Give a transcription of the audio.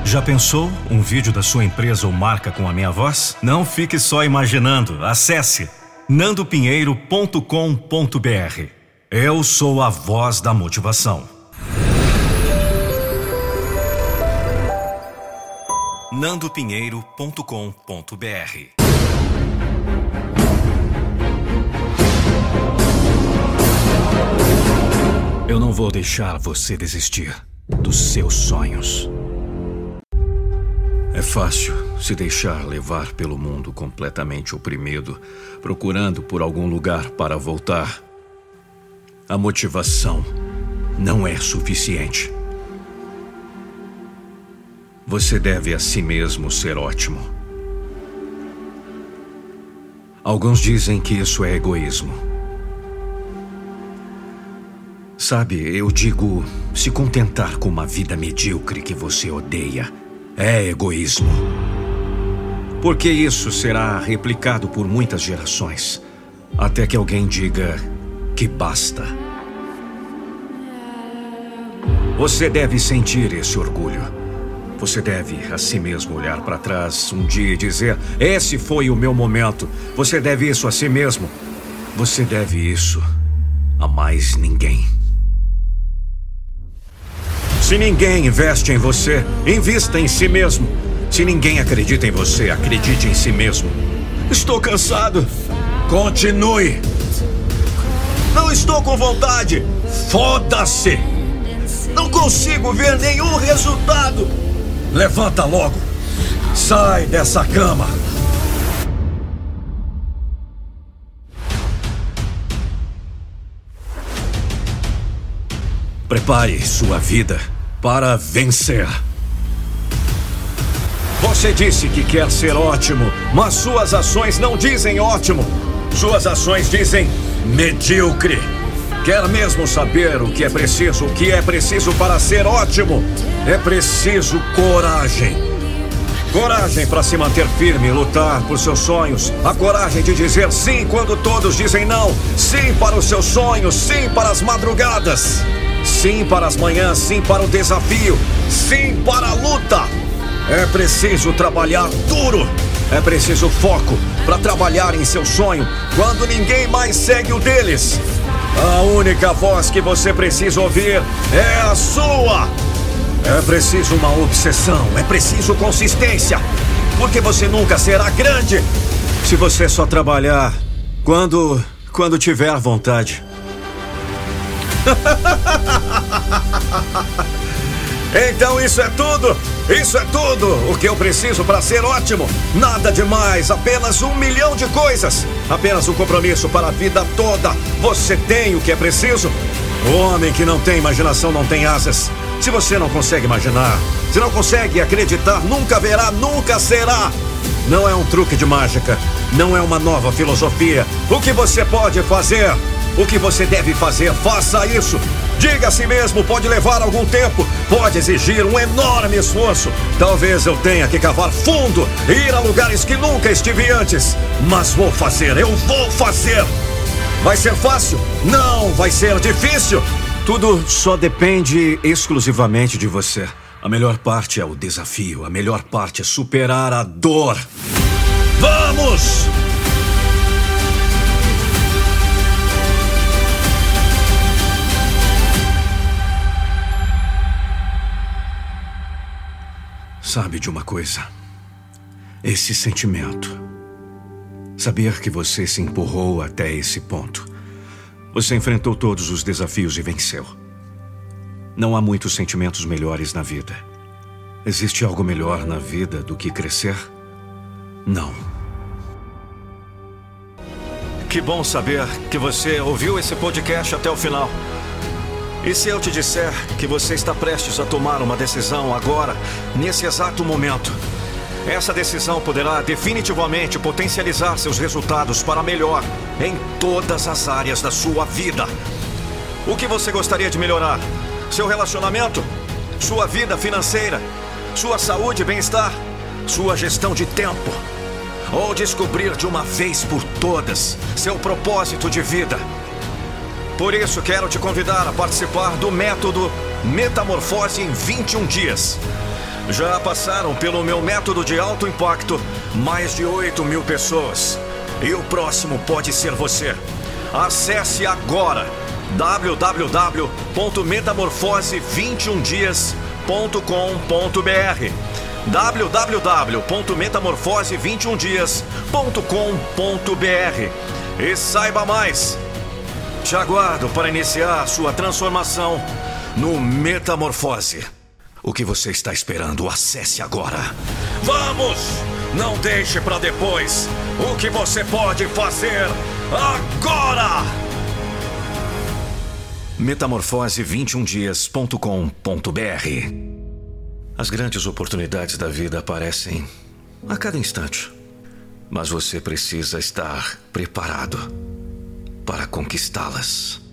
Já pensou um vídeo da sua empresa ou marca com a minha voz? Não fique só imaginando. Acesse nandopinheiro.com.br. Eu sou a voz da motivação. nandopinheiro.com.br. Eu não vou deixar você desistir dos seus sonhos. É fácil se deixar levar pelo mundo completamente oprimido, procurando por algum lugar para voltar. A motivação não é suficiente. Você deve a si mesmo ser ótimo. Alguns dizem que isso é egoísmo. Sabe, eu digo, se contentar com uma vida medíocre que você odeia é egoísmo. Porque isso será replicado por muitas gerações, até que alguém diga que basta. Você deve sentir esse orgulho. Você deve a si mesmo olhar para trás um dia e dizer: esse foi o meu momento. Você deve isso a si mesmo. Você deve isso a mais ninguém. Se ninguém investe em você, invista em si mesmo. Se ninguém acredita em você, acredite em si mesmo. Estou cansado. Continue. Não estou com vontade. Foda-se. Não consigo ver nenhum resultado. Levanta logo. Sai dessa cama. Prepare sua vida para vencer. Você disse que quer ser ótimo, mas suas ações não dizem ótimo. Suas ações dizem medíocre. Quer mesmo saber o que é preciso? O que é preciso para ser ótimo? É preciso coragem. Coragem para se manter firme e lutar por seus sonhos. A coragem de dizer sim quando todos dizem não. Sim para os seus sonhos, sim para as madrugadas. Sim para as manhãs, sim para o desafio. Sim para a luta. É preciso trabalhar duro. É preciso foco para trabalhar em seu sonho quando ninguém mais segue o deles. A única voz que você precisa ouvir é a sua. É preciso uma obsessão, é preciso consistência, porque você nunca será grande se você só trabalhar quando tiver vontade. Então isso é tudo. Isso é tudo o que eu preciso para ser ótimo. Nada demais, apenas 1 milhão de coisas. Apenas um compromisso para a vida toda. Você tem o que é preciso? O homem que não tem imaginação não tem asas. Se você não consegue imaginar, se não consegue acreditar, nunca verá, nunca será. Não é um truque de mágica, não é uma nova filosofia. O que você pode fazer? O que você deve fazer? Faça isso. Diga a si mesmo, pode levar algum tempo, pode exigir um enorme esforço. Talvez eu tenha que cavar fundo e ir a lugares que nunca estive antes. Mas vou fazer, eu vou fazer. Vai ser fácil? Não, vai ser difícil. Tudo só depende exclusivamente de você. A melhor parte é o desafio, a melhor parte é superar a dor. Vamos! Sabe de uma coisa? Esse sentimento. Saber que você se empurrou até esse ponto. Você enfrentou todos os desafios e venceu. Não há muitos sentimentos melhores na vida. Existe algo melhor na vida do que crescer? Não. Que bom saber que você ouviu esse podcast até o final. E se eu te disser que você está prestes a tomar uma decisão agora, nesse exato momento, essa decisão poderá definitivamente potencializar seus resultados para melhor em todas as áreas da sua vida. O que você gostaria de melhorar? Seu relacionamento? Sua vida financeira? Sua saúde e bem-estar? Sua gestão de tempo? Ou descobrir de uma vez por todas seu propósito de vida? Por isso, quero te convidar a participar do método Metamorfose em 21 dias. Já passaram pelo meu método de alto impacto mais de 8.000 pessoas. E o próximo pode ser você. Acesse agora www.metamorfose21dias.com.br www.metamorfose21dias.com.br e saiba mais. Te aguardo para iniciar sua transformação no Metamorfose. O que você está esperando? Acesse agora. Vamos! Não deixe para depois o que você pode fazer agora! Metamorfose21dias.com.br. As grandes oportunidades da vida aparecem a cada instante, mas você precisa estar preparado para conquistá-las.